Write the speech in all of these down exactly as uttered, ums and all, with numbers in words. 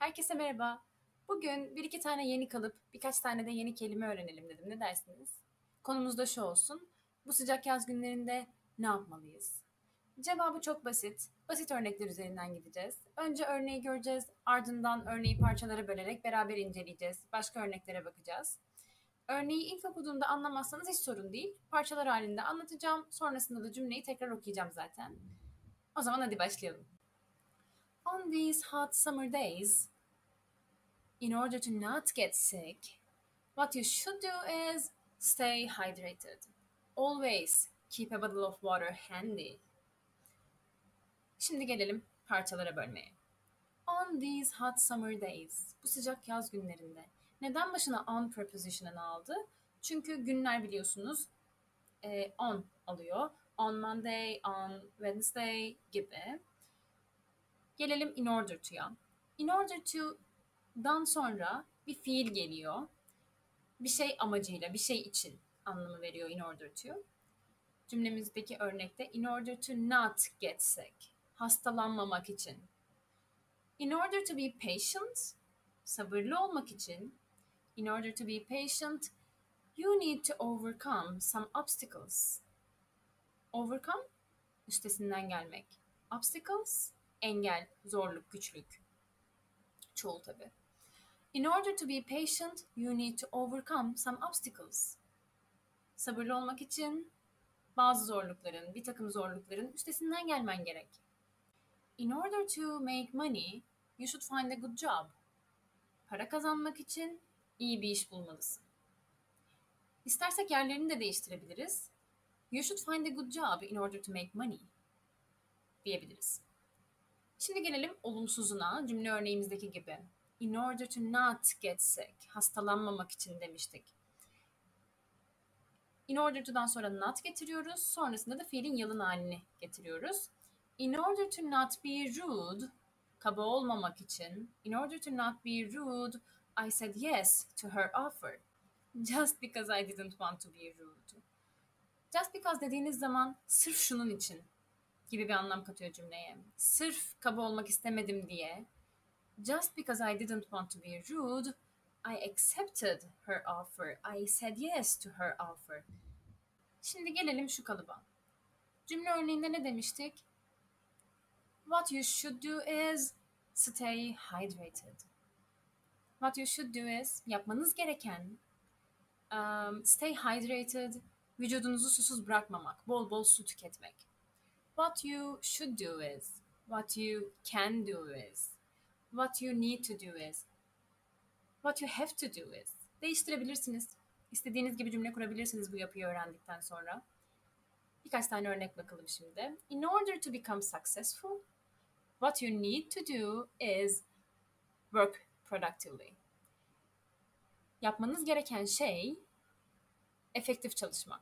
Herkese merhaba. Bugün bir iki tane yeni kalıp, birkaç tane de yeni kelime öğrenelim dedim. Ne dersiniz? Konumuz da şu olsun. Bu sıcak yaz günlerinde ne yapmalıyız? Cevabı çok basit. Basit örnekler üzerinden gideceğiz. Önce örneği göreceğiz, ardından örneği parçalara bölerek beraber inceleyeceğiz. Başka örneklere bakacağız. Örneği ilk okuduğumda anlamazsanız hiç sorun değil. Parçalar halinde anlatacağım. Sonrasında da cümleyi tekrar okuyacağım zaten. O zaman hadi başlayalım. On these hot summer days, in order to not get sick, what you should do is stay hydrated. Always keep a bottle of water handy. Şimdi gelelim parçalara bölmeye. On these hot summer days, bu sıcak yaz günlerinde. Neden başına on preposition'ını aldı? Çünkü günler biliyorsunuz e, on alıyor. On Monday, on Wednesday gibi. Gelelim in order to'ya. In order to'dan sonra bir fiil geliyor. Bir şey amacıyla, bir şey için anlamı veriyor in order to. Cümlemizdeki örnekte in order to not get sick. Hastalanmamak için. In order to be patient, sabırlı olmak için. In order to be patient, you need to overcome some obstacles. Overcome, üstesinden gelmek. Obstacles, engel, zorluk, güçlük. Çoğul tabii. In order to be patient, you need to overcome some obstacles. Sabırlı olmak için bazı zorlukların, bir takım zorlukların üstesinden gelmen gerek. In order to make money, you should find a good job. Para kazanmak için iyi bir iş bulmalısın. İstersek yerlerini de değiştirebiliriz. You should find a good job in order to make money diyebiliriz. Şimdi gelelim olumsuzuna, cümle örneğimizdeki gibi. In order to not get sick, hastalanmamak için demiştik. In order to'dan sonra not getiriyoruz. Sonrasında da fiilin yalın halini getiriyoruz. In order to not be rude, kaba olmamak için, in order to not be rude, I said yes to her offer. Just because I didn't want to be rude. Just because dediğiniz zaman sırf şunun için gibi bir anlam katıyor cümleye. Sırf kaba olmak istemedim diye. Just because I didn't want to be rude, I accepted her offer. I said yes to her offer. Şimdi gelelim şu kalıba. Cümle örneğinde ne demiştik? What you should do is stay hydrated. What you should do is yapmanız gereken um, stay hydrated, vücudunuzu susuz bırakmamak, bol bol su tüketmek. What you should do is, what you can do is, what you need to do is, what you have to do is. Değiştirebilirsiniz. İstediğiniz gibi cümle kurabilirsiniz bu yapıyı öğrendikten sonra. Birkaç tane örnek bakalım şimdi. In order to become successful, what you need to do is work productively. Yapmanız gereken şey efektif çalışmak.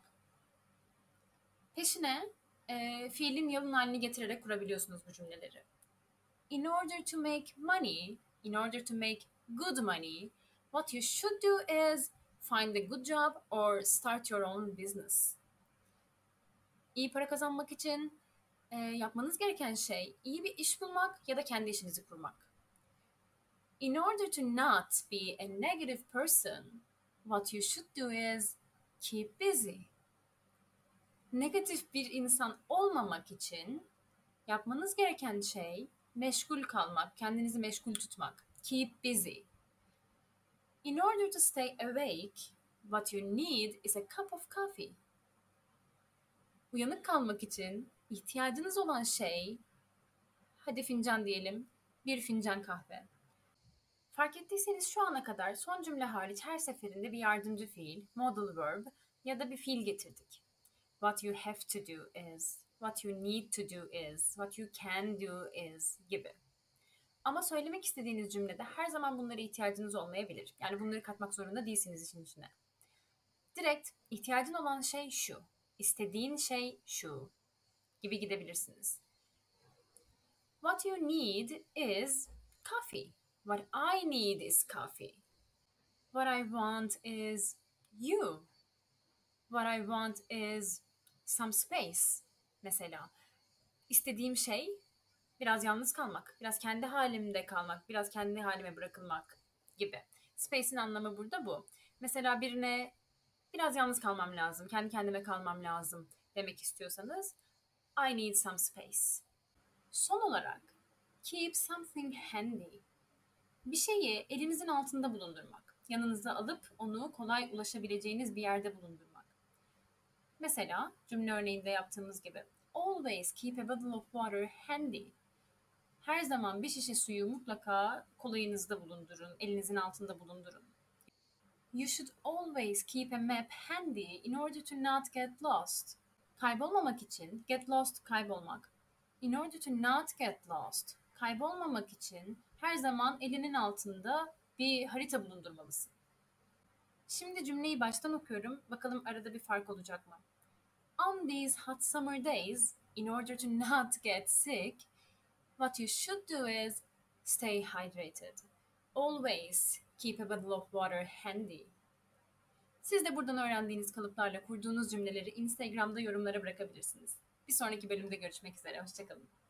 Peşine e, fiilin yalın halini getirerek kurabiliyorsunuz bu cümleleri. In order to make money, in order to make good money, what you should do is find a good job or start your own business. İyi para kazanmak için e, yapmanız gereken şey iyi bir iş bulmak ya da kendi işinizi kurmak. In order to not be a negative person, what you should do is keep busy. Negatif bir insan olmamak için yapmanız gereken şey meşgul kalmak, kendinizi meşgul tutmak. Keep busy. In order to stay awake, what you need is a cup of coffee. Uyanık kalmak için ihtiyacınız olan şey, hadi fincan diyelim, bir fincan kahve. Fark ettiyseniz şu ana kadar son cümle hariç her seferinde bir yardımcı fiil, modal verb ya da bir fiil getirdik. What you have to do is, what you need to do is, what you can do is gibi. Ama söylemek istediğiniz cümlede her zaman bunlara ihtiyacınız olmayabilir. Yani bunları katmak zorunda değilsiniz işin içine. Direkt ihtiyacın olan şey şu, istediğin şey şu gibi gidebilirsiniz. What you need is coffee. What I need is coffee. What I want is you. What I want is some space. Mesela istediğim şey Biraz yalnız kalmak, biraz kendi halimde kalmak, biraz kendi halime bırakılmak gibi. Space'in anlamı burada bu. Mesela birine biraz yalnız kalmam lazım, kendi kendime kalmam lazım demek istiyorsanız I need some space. Son olarak keep something handy. Bir şeyi elinizin altında bulundurmak. Yanınıza alıp onu kolay ulaşabileceğiniz bir yerde bulundurmak. Mesela cümle örneğinde yaptığımız gibi always keep a bottle of water handy. Her zaman bir şişe suyu mutlaka kolayınızda bulundurun, elinizin altında bulundurun. You should always keep a map handy in order to not get lost. Kaybolmamak için get lost kaybolmak. In order to not get lost. Kaybolmamak için her zaman elinin altında bir harita bulundurmalısın. Şimdi cümleyi baştan okuyorum. Bakalım arada bir fark olacak mı? On these hot summer days, in order to not get sick, what you should do is stay hydrated. Always keep a bottle of water handy. Siz de buradan öğrendiğiniz kalıplarla kurduğunuz cümleleri Instagram'da yorumlara bırakabilirsiniz. Bir sonraki bölümde görüşmek üzere. Hoşçakalın.